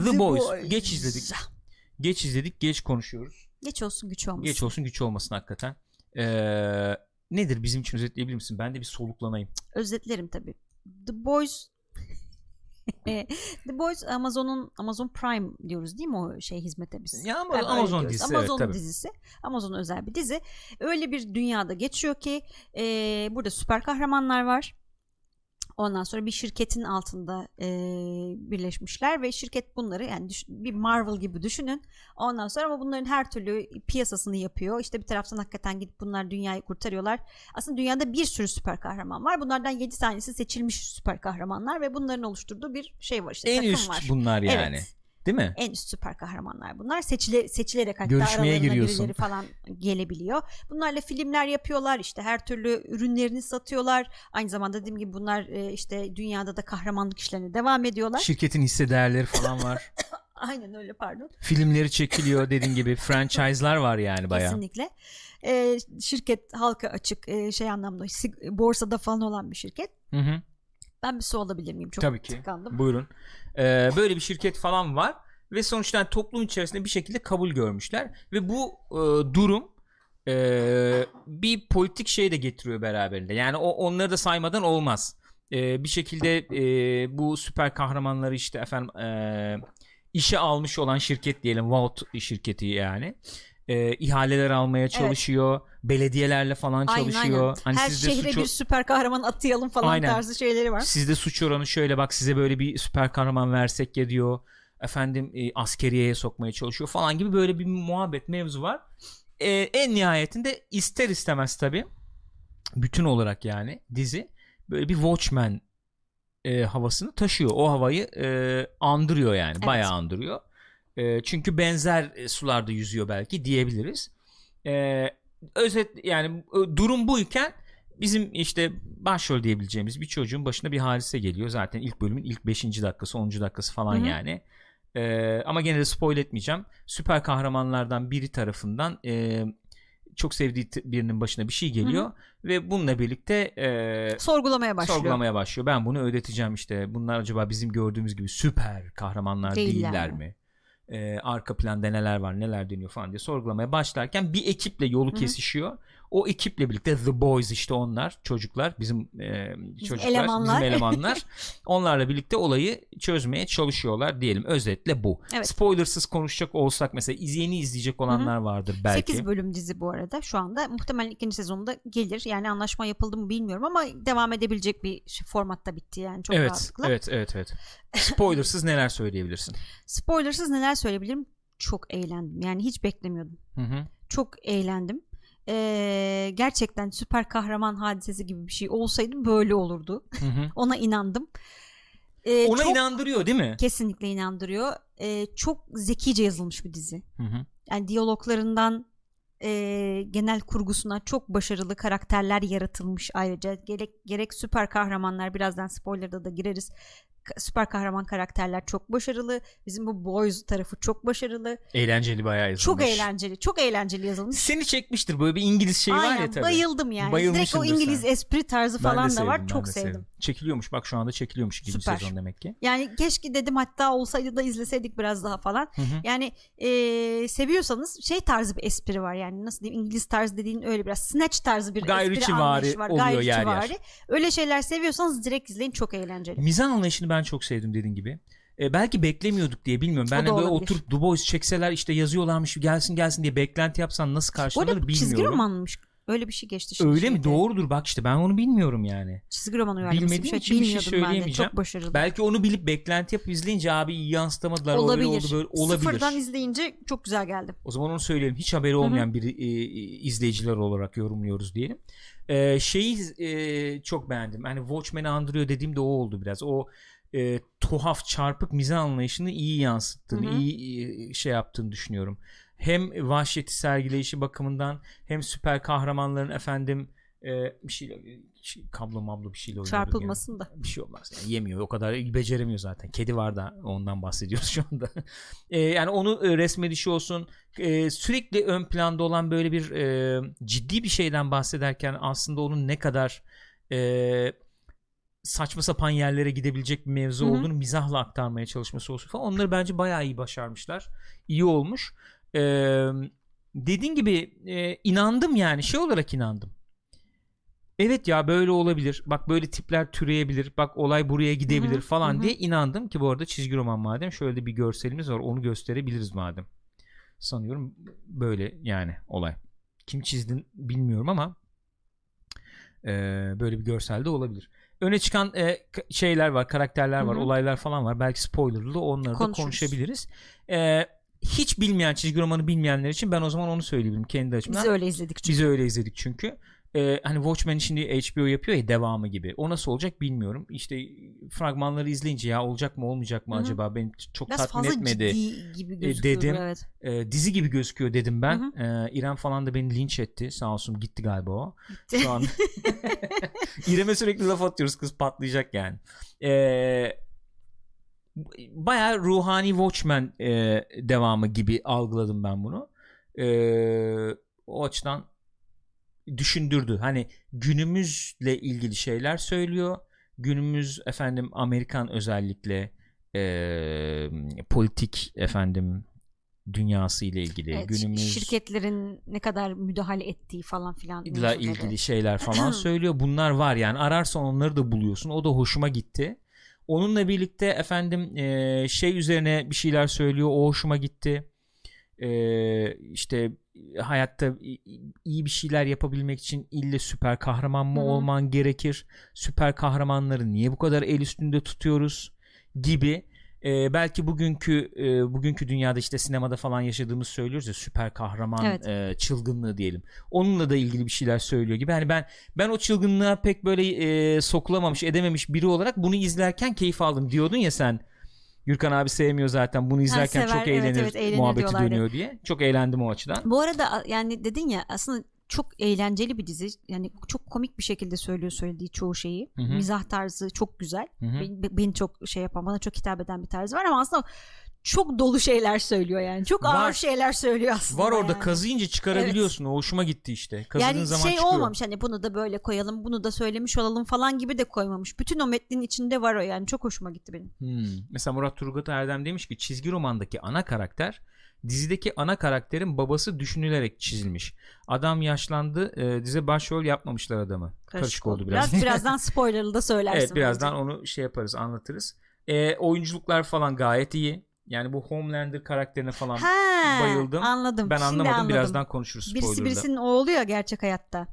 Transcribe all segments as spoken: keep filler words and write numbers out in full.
The, The Boys. Boys geç izledik. Geç izledik, geç konuşuyoruz. Geç olsun güç olmasın. Geç olsun güç olmasın hakikaten. Ee, nedir bizim için, özetleyebilir misin? Ben de bir soluklanayım. Özetlerim tabii. The Boys The Boys Amazon'un Amazon Prime diyoruz değil mi o şey hizmete biz? Ya ama Amazon dizisi. Amazon evet, dizisi. Amazon özel bir dizi. Öyle bir dünyada geçiyor ki e, burada süper kahramanlar var. Ondan sonra bir şirketin altında e, birleşmişler ve şirket bunları yani düş, bir Marvel gibi düşünün. Ondan sonra ama bunların her türlü piyasasını yapıyor. İşte bir taraftan hakikaten gidip bunlar dünyayı kurtarıyorlar. Aslında dünyada bir sürü süper kahraman var. Bunlardan yedi tanesi seçilmiş süper kahramanlar ve bunların oluşturduğu bir şey var. İşte en takım üst var. bunlar yani. Evet. Değil mi? En üst süper kahramanlar bunlar. Seçile, seçilerek hatta görüşmeye aralarına giriyorsun. birileri falan gelebiliyor. Bunlarla filmler yapıyorlar. İşte her türlü ürünlerini satıyorlar. Aynı zamanda dediğim gibi bunlar işte dünyada da kahramanlık işlerine devam ediyorlar. Şirketin hisse değerleri falan var. Aynen öyle, pardon. Filmleri çekiliyor dediğin gibi. Franchise'lar var yani bayağı. Kesinlikle. Ee, şirket halka açık e, şey anlamda borsada falan olan bir şirket. Hı hı. Ben bir su alabilir miyim? Çok Tabii ki. tıkandım. Buyurun. Ee, böyle bir şirket falan var ve sonuçta yani toplum içerisinde bir şekilde kabul görmüşler ve bu e, durum e, bir politik şey de getiriyor beraberinde. Yani o onları da saymadan olmaz. E, bir şekilde e, bu süper kahramanları işte efendim e, işe almış olan şirket diyelim, Vault şirketi yani. E, ihaleler almaya çalışıyor. Evet. Belediyelerle falan aynen, çalışıyor. Aynen. Hani her şehre suç... bir süper kahraman atayalım falan aynen. tarzı şeyleri var. Sizde suç oranı şöyle, bak size böyle bir süper kahraman versek ya diyor. Efendim e, askeriyeye sokmaya çalışıyor falan gibi böyle bir muhabbet mevzu var. E, en nihayetinde ister istemez tabii bütün olarak yani dizi böyle bir Watchmen e, havasını taşıyor. O havayı e, andırıyor yani. Evet. Bayağı andırıyor. E, çünkü benzer sularda yüzüyor belki diyebiliriz. E, özet yani durum buyken bizim işte başrol diyebileceğimiz bir çocuğun başına bir hadise geliyor. Zaten ilk bölümün ilk beşinci dakikası onuncu dakikası falan Hı-hı. yani. E, ama gene de spoil etmeyeceğim. Süper kahramanlardan biri tarafından e, çok sevdiği birinin başına bir şey geliyor. Hı-hı. Ve bununla birlikte e, sorgulamaya başlıyor. Sorgulamaya başlıyor. Ben bunu ödeteceğim işte. Bunlar acaba bizim gördüğümüz gibi süper kahramanlar değiller, değiller mi? mi? Ee, arka planda neler var, neler dönüyor falan diye sorgulamaya başlarken bir ekiple yolu Hı-hı. kesişiyor. O ekiple birlikte The Boys, işte onlar çocuklar, bizim e, bizim çocuklar, elemanlar. bizim elemanlar. Onlarla birlikte olayı çözmeye çalışıyorlar diyelim. Özetle bu. Evet. Spoilersız konuşacak olsak mesela izleyeni izleyecek olanlar Hı-hı. vardır belki. sekiz bölüm dizi bu arada şu anda. Muhtemelen ikinci sezonda gelir. Yani anlaşma yapıldı mı bilmiyorum ama devam edebilecek bir şey, formatta bitti yani çok evet, rahatlıkla. Evet, evet, evet. Spoilersız neler söyleyebilirsin? Spoilersız neler söyleyebilirim? Çok eğlendim. Yani hiç beklemiyordum. Hı hı. Çok eğlendim. Ee, gerçekten süper kahraman hadisesi gibi bir şey olsaydı böyle olurdu. Hı hı. Ona inandım. Ee, Ona çok, inandırıyor değil mi? Kesinlikle inandırıyor. Ee, çok zekice yazılmış bir dizi. Hı hı. Yani diyaloglarından e, genel kurgusuna çok başarılı karakterler yaratılmış ayrıca. Gerek, gerek süper kahramanlar, birazdan spoiler'da da gireriz. Süper kahraman karakterler çok başarılı. Bizim bu Boys tarafı çok başarılı. Eğlenceli bayağı yazılmış. Çok eğlenceli. Çok eğlenceli yazılmış. Seni çekmiştir böyle bir İngiliz şey Aynen, var ya tabii. Bayıldım yani. Direkt o İngiliz sen. espri tarzı ben falan da var. Çok sevdim. sevdim. Çekiliyormuş bak, şu anda çekiliyormuş ikinci Süper. sezon demek ki. Yani keşke dedim hatta olsaydı da izleseydik biraz daha falan. Hı hı. Yani e, seviyorsanız şey tarzı bir espri var. Yani nasıl diyeyim, İngiliz tarzı dediğin öyle biraz snatch tarzı bir Guy espri anlayışı var. Oluyor Guy yer yer. Öyle şeyler seviyorsanız direkt izleyin, çok eğlenceli. Mizah anlayışını ben çok sevdim dediğin gibi. E, belki beklemiyorduk diye bilmiyorum. Ben de böyle oturup The Boys çekseler işte yazıyorlarmış gelsin gelsin diye beklenti yapsan nasıl karşılanır bilmiyorum. Çizgi romanmış. Öyle bir şey geçti şimdi. Öyle şeyde. mi? Doğrudur bak işte ben onu bilmiyorum yani. Çizgi roman uyarlaması bir şey. için bir şey söyleyemeyeceğim. Çok başarılı. Belki onu bilip beklenti yapıp izleyince abi iyi yansıtamadılar. Olabilir. Öyle oldu, böyle olabilir. Sıfırdan izleyince çok güzel geldi. O zaman onu söyleyelim. Hiç haberi olmayan Hı-hı. bir e, izleyiciler olarak yorumluyoruz diyelim. E, şeyi e, çok beğendim. Hani Watchmen'i andırıyor dediğim de o oldu biraz. O e, tuhaf çarpık mizah anlayışını iyi yansıttığını, Hı-hı. iyi e, şey yaptığını düşünüyorum. Hem vahşeti sergileyişi bakımından hem süper kahramanların efendim e, bir şeyle şey, kablo mablo bir şeyle oynuyor. Çarpılmasın yani. da. Bir şey olmaz. Yani yemiyor. O kadar beceremiyor zaten. Kedi var da ondan bahsediyoruz şu anda. e, yani onu e, resmedişi olsun. E, sürekli ön planda olan böyle bir e, ciddi bir şeyden bahsederken aslında onun ne kadar e, saçma sapan yerlere gidebilecek bir mevzu Hı-hı. olduğunu mizahla aktarmaya çalışması olsun falan. Onları bence bayağı iyi başarmışlar. İyi olmuş. Ee, dediğin gibi e, inandım yani şey olarak inandım. Evet ya böyle olabilir. Bak böyle tipler türeyebilir. Bak olay buraya gidebilir, hı-hı, falan, hı-hı, diye inandım ki bu arada çizgi roman madem şöyle de bir görselimiz var. Onu gösterebiliriz madem. Sanıyorum böyle yani olay. Kim çizdin bilmiyorum ama e, böyle bir görselde olabilir. Öne çıkan e, şeyler var, karakterler var, hı-hı, olaylar falan var. Belki spoilerlı onları Konuşuruz. da konuşabiliriz. E, hiç bilmeyen, çizgi romanı bilmeyenler için ben o zaman onu söyleyeyim kendi açımdan. Biz öyle izledik çünkü. Biz öyle izledik çünkü. Ee, hani Watchmen şimdi H B O yapıyor ya devamı gibi. O nasıl olacak bilmiyorum. İşte fragmanları izleyince ya olacak mı olmayacak mı, hı-hı, acaba beni çok biraz tatmin etmedi. Biraz fazla ciddi gibi gözüküyor. Dedim. Evet. E, dizi gibi gözüküyor dedim ben. E, İrem falan da beni linç etti. Sağ olsun gitti galiba o. Gitti. Şu an İrem'e sürekli laf atıyoruz, kız patlayacak yani. E, bayağı ruhani Watchmen e, devamı gibi algıladım ben bunu. E, o açıdan düşündürdü. Hani günümüzle ilgili şeyler söylüyor. Günümüz efendim Amerikan özellikle e, politik efendim dünyası ile ilgili, evet, günümüz şirketlerin ne kadar müdahale ettiği falan filan ile ilgili şeyler falan söylüyor. Bunlar var yani, ararsan onları da buluyorsun. O da hoşuma gitti. Onunla birlikte efendim e, şey üzerine bir şeyler söylüyor. O hoşuma gitti. E, işte hayatta iyi bir şeyler yapabilmek için ille süper kahraman mı, hı-hı, olman gerekir? Süper kahramanları niye bu kadar el üstünde tutuyoruz gibi. Ee, belki bugünkü e, bugünkü dünyada işte sinemada falan yaşadığımız söylüyoruz ya, süper kahraman, evet, e, çılgınlığı diyelim. Onunla da ilgili bir şeyler söylüyor gibi. Yani ben ben o çılgınlığa pek böyle e, sokulamamış, edememiş biri olarak bunu izlerken keyif aldım diyordun ya sen. Gürkan abi sevmiyor zaten bunu izlerken, ha, sever, çok eğlenir, evet, evet, muhabbeti dönüyor diye. Çok eğlendim o açıdan. Bu arada yani dedin ya, aslında çok eğlenceli bir dizi. Yani çok komik bir şekilde söylüyor söylediği çoğu şeyi. Hı-hı. Mizah tarzı çok güzel. Beni, beni çok şey yapan, bana çok hitap eden bir tarzı var ama aslında çok dolu şeyler söylüyor yani. Çok var, ağır şeyler söylüyor aslında. Var orada yani. Kazıyınca çıkarabiliyorsun. Evet. O hoşuma gitti işte. Kazıdığın yani zaman şey çıkıyor. Olmamış hani bunu da böyle koyalım, bunu da söylemiş olalım falan gibi de koymamış. Bütün o metnin içinde var o yani. Çok hoşuma gitti benim. Hmm. Mesela Murat Turgut Erdem demiş ki çizgi romandaki ana karakter dizideki ana karakterin babası düşünülerek çizilmiş. Adam yaşlandı, e, dize başrol yapmamışlar adamı. Karışık, Karışık oldu biraz. biraz birazdan spoilerlı da söylersin. Evet, birazdan bence onu şey yaparız, anlatırız. E, oyunculuklar falan gayet iyi. Yani bu Homelander karakterine falan ha, bayıldım. Anladım. Ben Şimdi anlamadım. anladım. Birazdan konuşuruz spoiler'da. Birisi birisinin oğlu ya gerçek hayatta.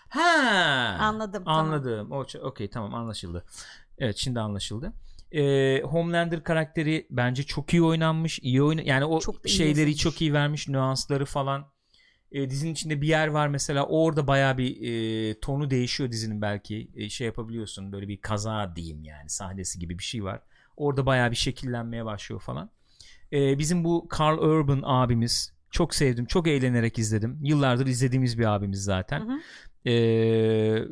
Ha. Anladım. Anladım. Tamam. Okey, tamam, anlaşıldı. Evet, şimdi anlaşıldı. Ee, Homelander karakteri bence çok iyi oynanmış. İyi oyna yani o çok şeyleri yazılmış, çok iyi vermiş, nüansları falan. Ee, dizinin içinde bir yer var mesela, orada bayağı bir e, tonu değişiyor dizinin, belki e, şey yapabiliyorsun, böyle bir kaza diyeyim yani sahnesi gibi bir şey var. Orada bayağı bir şekillenmeye başlıyor falan. Ee, bizim bu Karl Urban abimiz, çok sevdim, çok eğlenerek izledim. Yıllardır izlediğimiz bir abimiz zaten. Hı hı. Ee,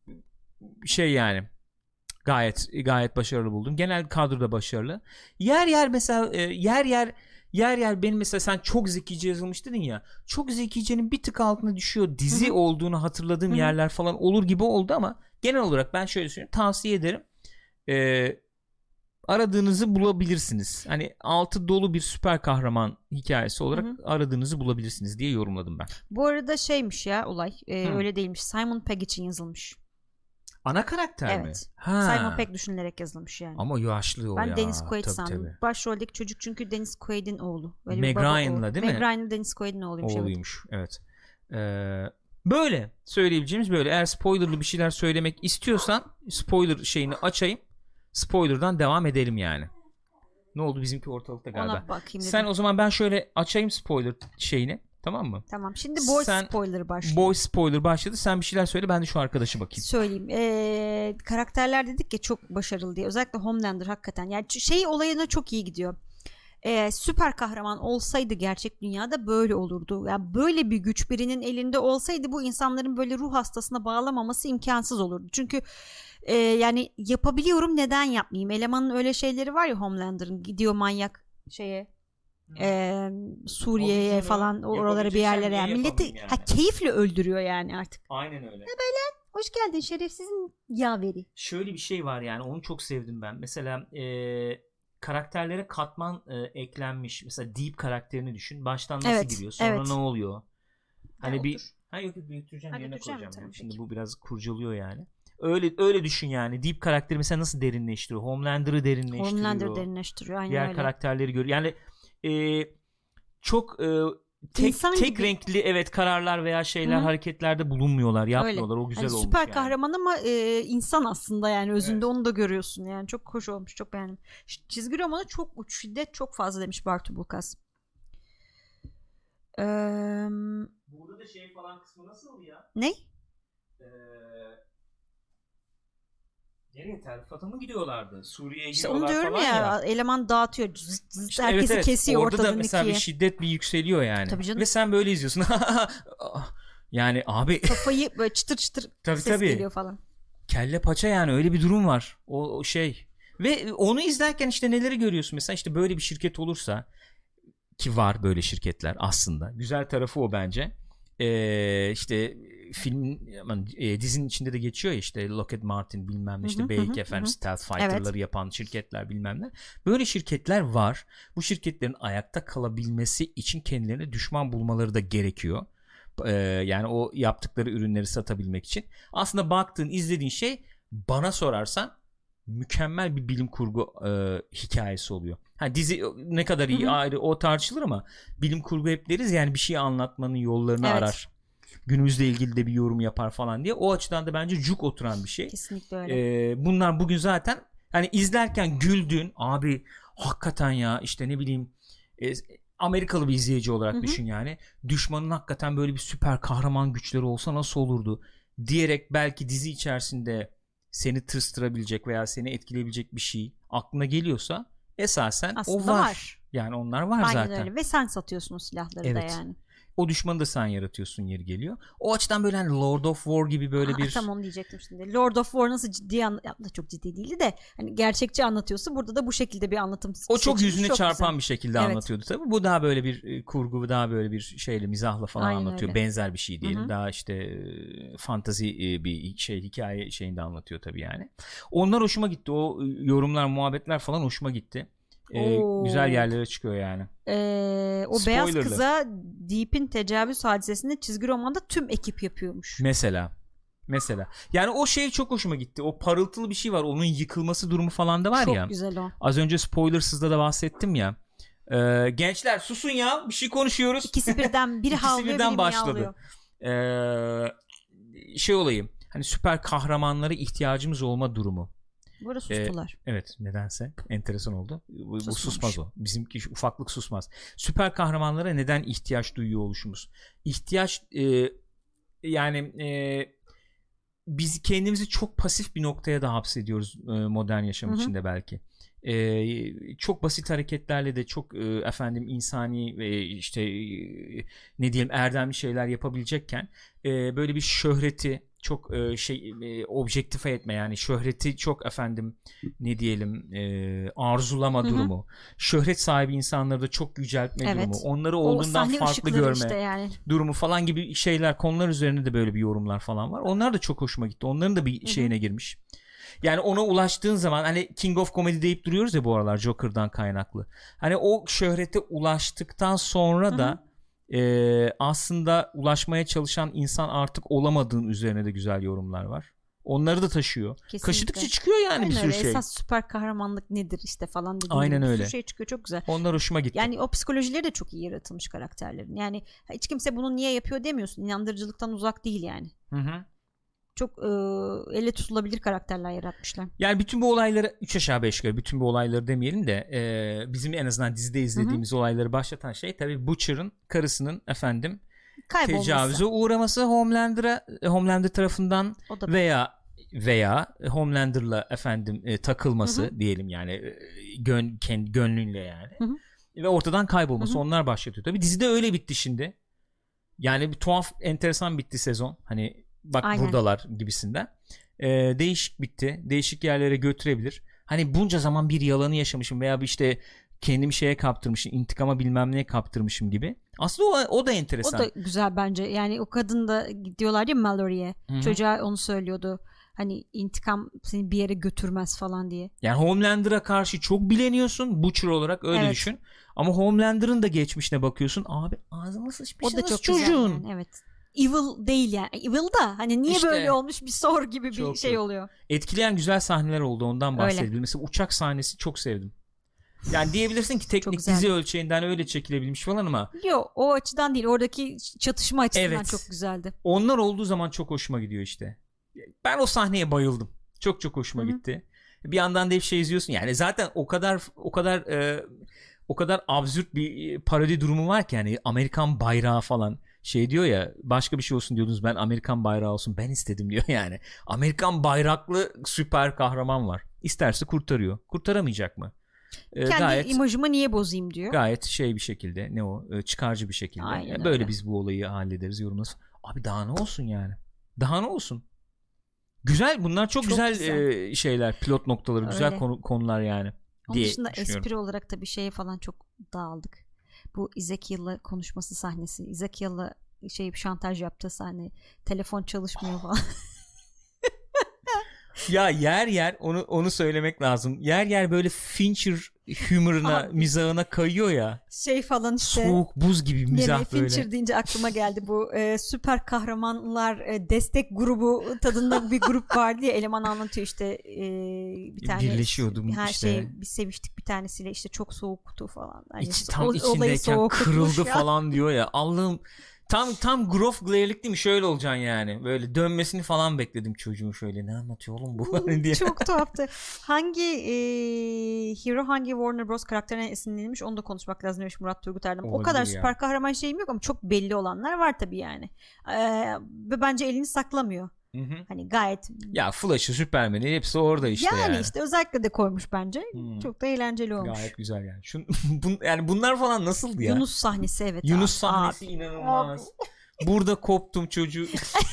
şey yani gayet gayet başarılı buldum. Genel kadroda başarılı. Yer yer mesela e, yer yer yer yer benim mesela, sen çok zekice yazılmış dedin ya. Çok zekicenin bir tık altına düşüyor. Dizi, hı-hı, olduğunu hatırladığım, hı-hı, yerler falan olur gibi oldu ama genel olarak ben şöyle söyleyeyim, tavsiye ederim. Eee aradığınızı bulabilirsiniz. Hani altı dolu bir süper kahraman hikayesi olarak, hı hı, aradığınızı bulabilirsiniz diye yorumladım ben. Bu arada şeymiş ya olay. E, öyle değilmiş. Simon Pegg için yazılmış. Ana karakter evet. mi? Evet. Simon Pegg düşünülerek yazılmış yani. Ama yaşlı o ben ya. Ben Dennis Quaid tabii, sandım. Tabii. Başroldeki çocuk çünkü Dennis Quaid'in oğlu. Böyle Meg Ryan'la değil mi? Meg Ryan'la Dennis Quaid'in oğluymuş. Oğluymuş evet. evet. Ee, böyle söyleyebileceğimiz böyle. Eğer spoilerlı bir şeyler söylemek istiyorsan spoiler şeyini açayım. Spoiler'dan devam edelim yani. Ne oldu bizimki ortalıkta galiba. Sen o zaman ben şöyle açayım spoiler şeyini. Tamam mı? Tamam. Şimdi boy Sen, spoiler başladı. Boy spoiler başladı. Sen bir şeyler söyle. Ben de şu arkadaşı bakayım. Söyleyeyim. Ee, karakterler dedik ya çok başarılı diye. Özellikle Homelander hakikaten. Yani şey olayına çok iyi gidiyor. Ee, süper kahraman olsaydı gerçek dünyada böyle olurdu. Yani böyle bir güç birinin elinde olsaydı bu insanların böyle ruh hastasına bağlamaması imkansız olurdu. Çünkü e, yani yapabiliyorum, neden yapmayayım? Elemanın öyle şeyleri var ya Homelander'ın. Gidiyor manyak şeye Ee, Suriye'ye falan oralara bir yerlere yani milleti yani. Ha, keyifle öldürüyor yani artık. Aynen öyle. Ne böyle Hoş geldin şerefsizin yaveri. Şöyle bir şey var yani onu çok sevdim ben. Mesela e, karakterlere katman e, eklenmiş. Mesela Deep karakterini düşün. Baştan nasıl Evet, giriyor? Sonra evet. ne oluyor? Hani Ya, bir otur. ha yok yok büyüteceğim Ha, yerine götüreceğim mi? koyacağım. Tamam, Yani. Şimdi peki. bu biraz kurcalıyor yani. Öyle öyle düşün yani. Deep karakteri mesela nasıl derinleştiriyor? Homelander'ı derinleştiriyor. Homelander derinleştiriyor. Aynen Diğer öyle. karakterleri görüyor. Yani e, çok e, tek İnsan tek gibi. renkli evet kararlar veya şeyler Hı-hı. hareketlerde bulunmuyorlar, yapmıyorlar. Öyle. O güzel hani olmuş süper yani. kahraman ama e, insan aslında yani özünde Evet. onu da görüyorsun yani çok hoş olmuş, çok beğendim. Ş- Çizgi romanı çok uç, şiddet çok fazla demiş Bartu Bulkas. Ee, Burada da şey falan kısmı nasıl ya? ne? Ee, nereye Terfat'a mı gidiyorlardı? Suriye'ye İşte gidiyorlar onu diyorum falan ya, ya. eleman dağıtıyor. Zıt zıt İşte herkesi evet, evet. kesiyor Orada da ortadan mesela ikiye. bir şiddet bir yükseliyor yani. Tabii canım. Ve sen böyle izliyorsun. Yani abi Kafayı böyle çıtır çıtır tabii, ses tabii. geliyor falan. Kelle paça yani öyle bir durum var. O, o şey. Ve onu izlerken işte neleri görüyorsun? Mesela işte böyle bir şirket olursa, ki var böyle şirketler aslında. Güzel tarafı o bence. Ee, işte film e, dizinin içinde de geçiyor ya, işte Lockheed Martin bilmem ne, işte belki efendim stealth fighter'ları evet. yapan şirketler bilmem ne. Böyle şirketler var. Bu şirketlerin ayakta kalabilmesi için kendilerine düşman bulmaları da gerekiyor. Ee, yani o yaptıkları ürünleri satabilmek için. Aslında baktığın, izlediğin şey bana sorarsan mükemmel bir bilim kurgu e, hikayesi oluyor. Ha, dizi ne kadar iyi, hı hı, ayrı o tartışılır ama bilim kurgu hep deriz yani, bir şey anlatmanın yollarını evet. arar. Günümüzle ilgili de bir yorum yapar falan diye. O açıdan da bence cuk oturan bir şey. Kesinlikle öyle. Ee, bunlar bugün zaten hani izlerken güldün abi, hakikaten ya işte ne bileyim e, Amerikalı bir izleyici olarak, hı hı, düşün yani. Düşmanın hakikaten böyle bir süper kahraman güçleri olsa nasıl olurdu diyerek belki dizi içerisinde seni tırstırabilecek veya seni etkileyebilecek bir şey aklına geliyorsa esasen aslında o var. var. Yani onlar var aynen zaten. Öyle. Ve sen satıyorsun o silahları evet. da yani. O düşmanı da sen yaratıyorsun yeri geliyor. O açıdan böyle hani Lord of War gibi böyle Aa, bir... Tam onu diyecektim şimdi. Lord of War nasıl ciddi anlatıyor? Çok ciddi değildi de hani gerçekçi anlatıyorsa burada da bu şekilde bir anlatım. O çok yüzüne çok çarpan güzel. Bir şekilde evet. anlatıyordu tabii. Bu daha böyle bir kurgu, daha böyle bir şeyle, mizahla falan aynen anlatıyor. Öyle. Benzer bir şey diyelim. Hı-hı. Daha işte fantazi bir şey, hikaye şeyinde anlatıyor tabii yani. Onlar hoşuma gitti. O yorumlar, muhabbetler falan hoşuma gitti. Ee, güzel yerlere çıkıyor yani. Ee, o Spoilerlı. Beyaz kıza Deep'in tecavüz hadisesini çizgi romanda tüm ekip yapıyormuş. Mesela. Mesela. Yani o şey çok hoşuma gitti. O parıltılı bir şey var. Onun yıkılması durumu falan da var çok ya. Çok güzel o. Az önce spoilersızda da bahsettim ya. Ee, gençler susun ya. Bir şey konuşuyoruz. İkisi birden biri havlıyor, biri başladı. Ee, şey olayım. Hani süper kahramanlara ihtiyacımız olma durumu. Burada sustular. Ee, evet, nedense enteresan oldu. Bu, bu susmaz o. Bizimki ufaklık susmaz. Süper kahramanlara neden ihtiyaç duyuyor oluşumuz? İhtiyaç e, yani e, biz kendimizi çok pasif bir noktaya da hapsediyoruz e, modern yaşam Hı-hı. içinde belki. E, çok basit hareketlerle de çok e, efendim insani ve işte e, ne diyelim erdemli şeyler yapabilecekken e, böyle bir şöhreti çok e, şey e, objektife etme, yani şöhreti çok efendim ne diyelim e, arzulama Hı-hı. durumu, şöhret sahibi insanları da çok yüceltme evet. durumu, onları olduğundan farklı görme işte yani. durumu falan gibi şeyler, konular üzerine de böyle bir yorumlar falan var. Onlar da çok hoşuma gitti. Onların da bir Hı-hı. şeyine girmiş. Yani ona ulaştığın zaman hani King of Comedy deyip duruyoruz ya bu aralar Joker'dan kaynaklı. Hani o şöhrete ulaştıktan sonra Hı-hı. da Ee, aslında ulaşmaya çalışan insan artık olamadığın üzerine de güzel yorumlar var. Onları da taşıyor. Kesinlikle. Kaşıdıkça çıkıyor yani Aynen bir sürü öyle. şey. Esas süper kahramanlık nedir işte falan dediğim Aynen gibi öyle. bir sürü şey çıkıyor, çok güzel. Onlar hoşuma gitti. Yani o psikolojileri de çok iyi yaratılmış karakterlerin. Yani hiç kimse bunu niye yapıyor demiyorsun. İnandırıcılıktan uzak değil yani. Hı hı. Çok e, elle tutulabilir karakterler yaratmışlar. Yani bütün bu olayları üç aşağı beş yukarı, bütün bu olayları demeyelim de e, bizim en azından dizide izlediğimiz Hı-hı. olayları başlatan şey tabii Butcher'ın karısının efendim Kaybolması. tecavüze uğraması Homelander'a, Homelander tarafından veya veya Homelander'la efendim e, takılması Hı-hı. diyelim yani gön, kendi gönlünle yani Hı-hı. ve ortadan kaybolması Hı-hı. onlar başlatıyor. Tabii dizide öyle bitti şimdi. Yani bir tuhaf, enteresan bitti sezon. Hani bak Aynen. buradalar gibisinden. Ee, değişik bitti. Değişik yerlere götürebilir. Hani bunca zaman bir yalanı yaşamışım veya bir işte kendimi şeye kaptırmışım, intikama bilmem neye kaptırmışım gibi. Aslında o, o da enteresan. O da güzel bence. Yani o kadın da diyorlar ya Mallory'e. Hı-hı. Çocuğa onu söylüyordu. Hani intikam seni bir yere götürmez falan diye. Yani Homelander'a karşı çok bileniyorsun. Butcher olarak öyle evet. düşün. Ama Homelander'ın da geçmişine bakıyorsun. Abi ağzına sıçmışsınız çocuğun. O da çok çocuğun. Güzel yani, evet. Evil değil yani. Evil da hani niye işte, böyle olmuş bir sor gibi bir şey çok. oluyor. Etkileyen güzel sahneler oldu, ondan bahsedelim. Mesela uçak sahnesi çok sevdim. Yani diyebilirsin ki teknik dizi ölçeğinden öyle çekilebilmiş falan ama. Yok, o açıdan değil. Oradaki çatışma açısından evet. çok güzeldi. Onlar olduğu zaman çok hoşuma gidiyor işte. Ben o sahneye bayıldım. Çok çok hoşuma Hı-hı. gitti. Bir yandan da hep şey izliyorsun. Yani zaten o kadar o kadar e, o kadar absürt bir parodi durumu var ki, yani Amerikan bayrağı falan. Şey diyor ya, başka bir şey olsun diyordunuz, ben Amerikan bayrağı olsun ben istedim diyor yani. Amerikan bayraklı süper kahraman var. İsterse kurtarıyor. Kurtaramayacak mı? Ee, Kendi gayet, imajımı niye bozayım diyor. Gayet şey bir şekilde, ne o, çıkarcı bir şekilde. Aynen böyle öyle. Biz bu olayı hallederiz yorumlasın. Abi daha ne olsun yani? Daha ne olsun? Güzel, bunlar çok, çok güzel, güzel. E, şeyler, pilot noktaları, öyle. Güzel konu, konular yani. Onun dışında espri olarak da bir şeye falan çok dağıldık. Bu Ezekiel'la konuşması sahnesi. Ezekiel'la şey şantaj yaptığı sahne. Telefon çalışmıyor falan. Ya yer yer onu onu söylemek lazım. Yer yer böyle Fincher humor'ına, Abi, mizahına kayıyor ya. Şey falan işte. Soğuk buz gibi mizah Fincher böyle. Fincher deyince aklıma geldi bu e, süper kahramanlar e, destek grubu tadında bir grup vardı ya, eleman anlatıyor işte e, bir tane. Birleşiyordum her işte. Şey, biz seviştik bir tanesiyle işte çok soğuktu falan. Hani İç, tam o, içindeyken kırıldı falan diyor ya. Allah'ım. Tam tam Groff Glaire'lik değil mi? Şöyle olacaksın yani. Böyle dönmesini falan bekledim çocuğun, şöyle. Ne anlatıyor oğlum bu diye. Çok tuhaftı. Hangi e, hero hangi Warner Bros. Karakterine esinlenilmiş onu da konuşmak lazım demiş Murat Turgut Erdem. Olabilir o kadar ya. Süper kahraman şeyim yok ama çok belli olanlar var tabii yani. Ee, ve bence elini saklamıyor. Hı hı. Hani gayet. Ya Flash'ı, Superman'i hepsi orada işte yani. Yani işte özellikle de koymuş bence. Hmm. Çok da eğlenceli olmuş. Gayet güzel yani. Şun, bun, yani bunlar falan nasıldı ya? Yunus sahnesi evet. Yunus abi. sahnesi abi. inanılmaz. Burada koptum çocuğu.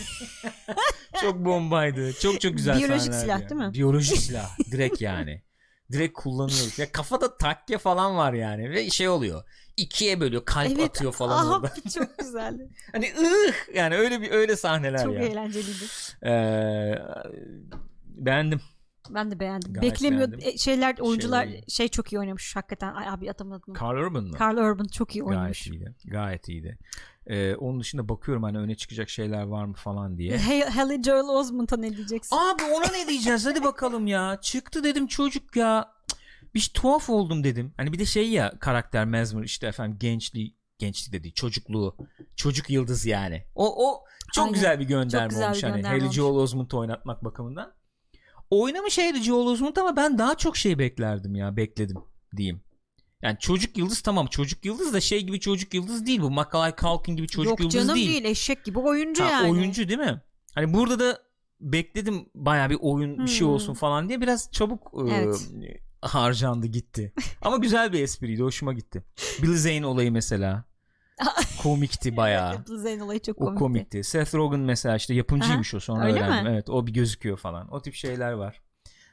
Çok bombaydı. Çok çok güzel sahneler. Biyolojik silah yani. Değil mi? Biyolojik silah. Direkt yani. Direkt kullanıyoruz. Ya kafada takke falan var yani. Ve şey oluyor. İkiye bölüyor. Kalp evet, atıyor falan aha, orada. Çok güzeldi. Hani ıh yani öyle bir öyle sahneler çok ya. Çok eğlenceliydi. Ee, beğendim. Ben de beğendim. Beklemiyor beğendim. şeyler, oyuncular şey, şey çok iyi oynamış hakikaten. Ay abi atamadım. Carl Urban mı? Carl Urban çok iyi oynamış. Gayet iyiydi. Gayet iyiydi. Ee, onun dışında bakıyorum hani öne çıkacak şeyler var mı falan diye. Haley Joel Osment'a ne diyeceksin? Abi ona ne diyeceğiz? Hadi bakalım ya. Çıktı dedim çocuk ya. Bir şey, tuhaf oldum dedim. Hani bir de şey ya, karakter Mesmer işte efendim gençliği, gençliği dedi, çocukluğu, çocuk yıldız yani. O o çok Aynen. güzel bir gönderme güzel olmuş bir hani Haley Joel Osment'ı oynatmak bakımından. Oynamış Haley Joel Osment ama ben daha çok şey beklerdim ya, bekledim diyeyim. Yani çocuk yıldız tamam, çocuk yıldız da şey gibi çocuk yıldız değil bu. Macaulay Culkin gibi çocuk Yok, yıldız değil. Yok canım değil, eşek gibi oyuncu ha, yani. Oyuncu değil mi? Hani burada da bekledim bayağı bir oyun hmm. bir şey olsun falan diye, biraz çabuk evet. e, harcandı gitti. Ama güzel bir espriydi, hoşuma gitti. Billy Zane olayı mesela komikti bayağı. Evet, Billy Zane olayı çok komikti. O komikti. Seth Rogen mesela işte yapımcıymış Aha, o, sonra öğrendim. Mi? Evet, o bir gözüküyor falan. O tip şeyler var.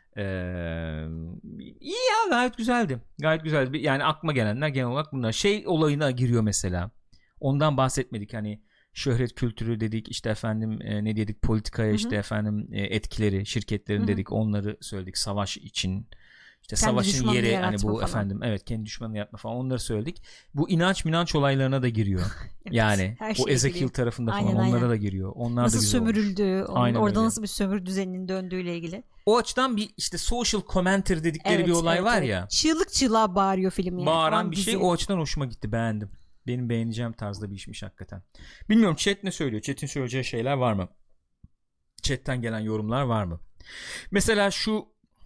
Ee, iyi ya, gayet güzeldi. Gayet güzeldi. Yani aklıma gelenler genel olarak bunlar. Şey olayına giriyor mesela. Ondan bahsetmedik hani, şöhret kültürü dedik işte efendim e, ne dedik, politikaya Hı-hı. işte efendim e, etkileri şirketlerin Hı-hı. dedik, onları söyledik, savaş için işte kendi savaşın yeri hani bu falan. Efendim evet, kendi düşmanını yaratma falan, onları söyledik. Bu inanç minanç olaylarına da giriyor. evet, yani o Ezekiel tarafında falan aynen, onlara aynen. da giriyor. Onlar nasıl da sömürüldü, orada öyle. Nasıl bir sömürü düzeninin döndüğüyle ilgili. O açıdan bir işte social commentary dedikleri evet, bir olay evet, var evet. ya. Çığlık çığlığa bağırıyor film yani. Bağıran bir dizi. Şey, o açıdan hoşuma gitti, beğendim. Benim beğeneceğim tarzda bir işmiş hakikaten. Bilmiyorum chat ne söylüyor? Chat'in söyleyeceği şeyler var mı? Chat'ten gelen yorumlar var mı? Mesela şu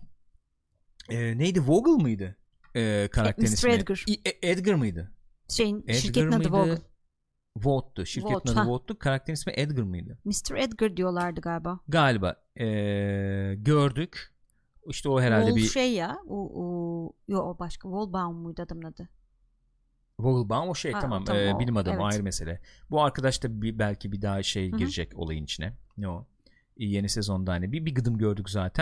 e, neydi? Vogel mıydı? E, karakterin ismi. Edgar. E, Edgar mıydı? Şeyin, Edgar şirketin adı Vogel. Vaught'tu. Şirketin Vault, adı Vaught'tu. Karakterin ismi Edgar mıydı? mister Edgar diyorlardı galiba. Galiba. E, gördük. İşte o herhalde Wall bir şey ya. O, o, yo, o başka. Wallbaum muydu adamın adı? Vogelbaum o şey ha, tamam, tamam e, bilim adamı evet. ayrı mesele. Bu arkadaş da bir, belki bir daha şey Hı-hı. girecek olayın içine. Ne o? Yeni sezonda hani bir, bir gıdım gördük zaten.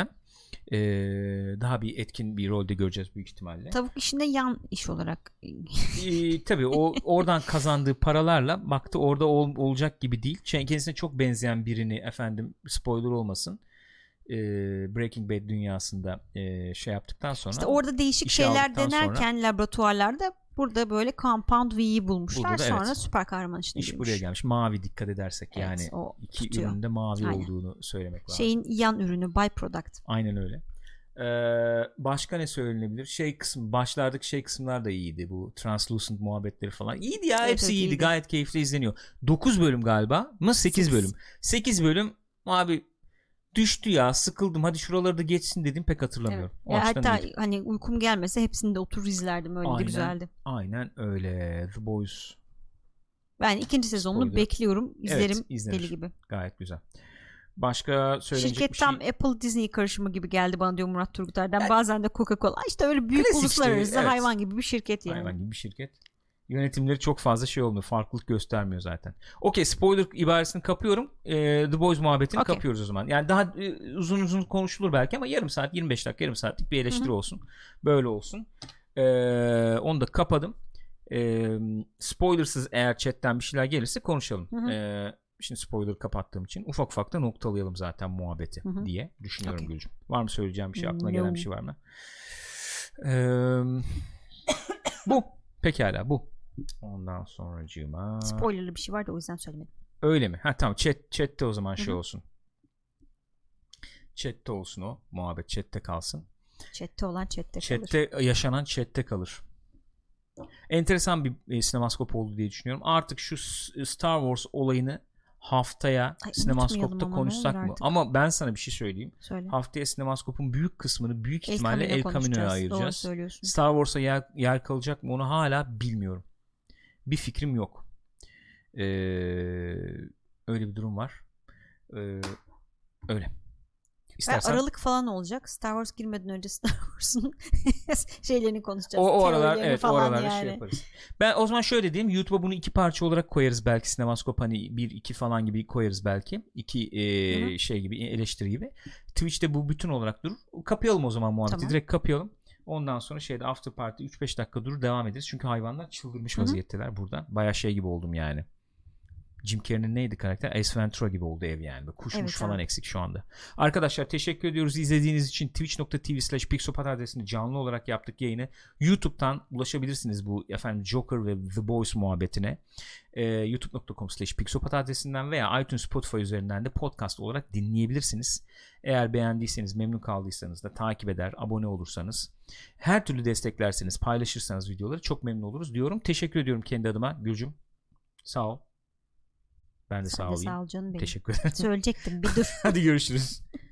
Ee, daha bir etkin bir rolde göreceğiz büyük ihtimalle. Tavuk işinde yan iş olarak. Ee, tabii o oradan kazandığı paralarla baktı orada ol, olacak gibi değil. Kendisine çok benzeyen birini, efendim spoiler olmasın, e, Breaking Bad dünyasında e, şey yaptıktan sonra. İşte orada değişik şeyler denerken sonra, laboratuvarlarda burada böyle Compound V'yi bulmuşlar. Da, sonra evet, süper kahraman işine İş girmiş. buraya gelmiş. Mavi dikkat edersek evet, yani iki tutuyor. Üründe mavi aynen olduğunu söylemek lazım. Şeyin yan ürünü, byproduct. Aynen öyle. Ee, başka ne söylenebilir? Şey kısmı, başlardaki şey kısımlar da iyiydi. Bu translucent muhabbetleri falan. İyiydi ya, evet, hepsi evet, iyiydi. iyiydi. Gayet keyifli izleniyor. dokuz bölüm galiba mı? sekiz bölüm. sekiz bölüm abi düştü ya, sıkıldım. Hadi şuraları da geçsin dedim, pek hatırlamıyorum. Evet. Ya hatta iyiydi. Hani uykum gelmese hepsini de oturur izlerdim. Öyle aynen, de güzeldi. Aynen öyle. The Boys. Ben ikinci sezonunu spoiler bekliyorum. İzlerim evet, deli gibi. Gayet güzel. Başka söyleyecek şirket bir şey. Şirket tam Apple Disney karışımı gibi geldi bana diyor Murat Turgutay'dan. Yani, bazen de Coca-Cola. İşte öyle büyük uluslararası işte, evet, hayvan gibi bir şirket yani. Hayvan gibi bir şirket. Yönetimleri çok fazla şey olmuyor. Farklılık göstermiyor zaten. Okey, spoiler ibaresini kapıyorum. Ee, The Boys muhabbetini okay, kapıyoruz o zaman. Yani daha e, uzun uzun konuşulur belki ama yarım saat, yirmi beş dakika, yarım saatlik bir eleştiri Hı-hı. olsun. Böyle olsun. Ee, onu da kapadım. Ee, spoilersız eğer chatten bir şeyler gelirse konuşalım. Ee, şimdi spoiler kapattığım için ufak ufak da noktalayalım zaten muhabbeti Hı-hı. diye düşünüyorum okay. Gülcüm. Var mı söyleyeceğim bir şey? Aklına no. gelen bir şey var mı? Ee, bu. Pekala bu. Ondan sonracığıma. Spoilerlı bir şey var da o yüzden söylemedim. Öyle mi? Ha tamam. Chat, chatte o zaman Hı-hı. şey olsun. Chatte olsun o. Muhabbet chatte kalsın. Chatte olan chatte, chatte kalır. Yaşanan chatte kalır. Enteresan bir e, sinemaskop oldu diye düşünüyorum. Artık şu Star Wars olayını haftaya Ay, sinemaskopta konuşsak mı? Artık. Ama ben sana bir şey söyleyeyim. Söyle. Haftaya sinemaskopun büyük kısmını büyük ihtimalle El Camino'ya ayıracağız. Star Wars'a yer, yer kalacak mı onu hala bilmiyorum. Bir fikrim yok. Ee, öyle bir durum var. Ee, öyle. İstersen... Aralık falan olacak. Star Wars girmeden önce Star Wars'un şeylerini konuşacağız. O, o aralar evet, o aralar yani. Şey yaparız. Ben o zaman şöyle diyeyim. YouTube'a bunu iki parça olarak koyarız belki. Sinemaskop hani bir iki falan gibi koyarız belki. İki e, şey gibi, eleştiri gibi. Twitch'te bu bütün olarak durur. Kapayalım o zaman muhabbeti. Tamam. Direkt kapayalım. Ondan sonra şeyde after party üç beş dakika durur devam ederiz. Çünkü hayvanlar çıldırmış Hı-hı. vaziyetteler buradan. Bayağı şey gibi oldum yani. Jim Carrey'nin neydi karakter? Ace Ventura gibi oldu ev yani. Kuşmuş evet, falan abi. Eksik şu anda. Arkadaşlar teşekkür ediyoruz izlediğiniz için. Twitch nokta tv slash pixopat adresini canlı olarak yaptık yayını. YouTube'dan ulaşabilirsiniz bu efendim Joker ve The Boys muhabbetine. Ee, youtube nokta com slash pixopat adresinden veya iTunes, Spotify üzerinden de podcast olarak dinleyebilirsiniz. Eğer beğendiyseniz, memnun kaldıysanız da takip eder, abone olursanız, her türlü desteklerseniz, paylaşırsanız videoları çok memnun oluruz diyorum. Teşekkür ediyorum kendi adıma Gülcüm. Sağ ol. Ben de Sen sağ olayım. Sağ ol canım benim. Teşekkür ederim. Söyleyecektim bir dur. Hadi görüşürüz.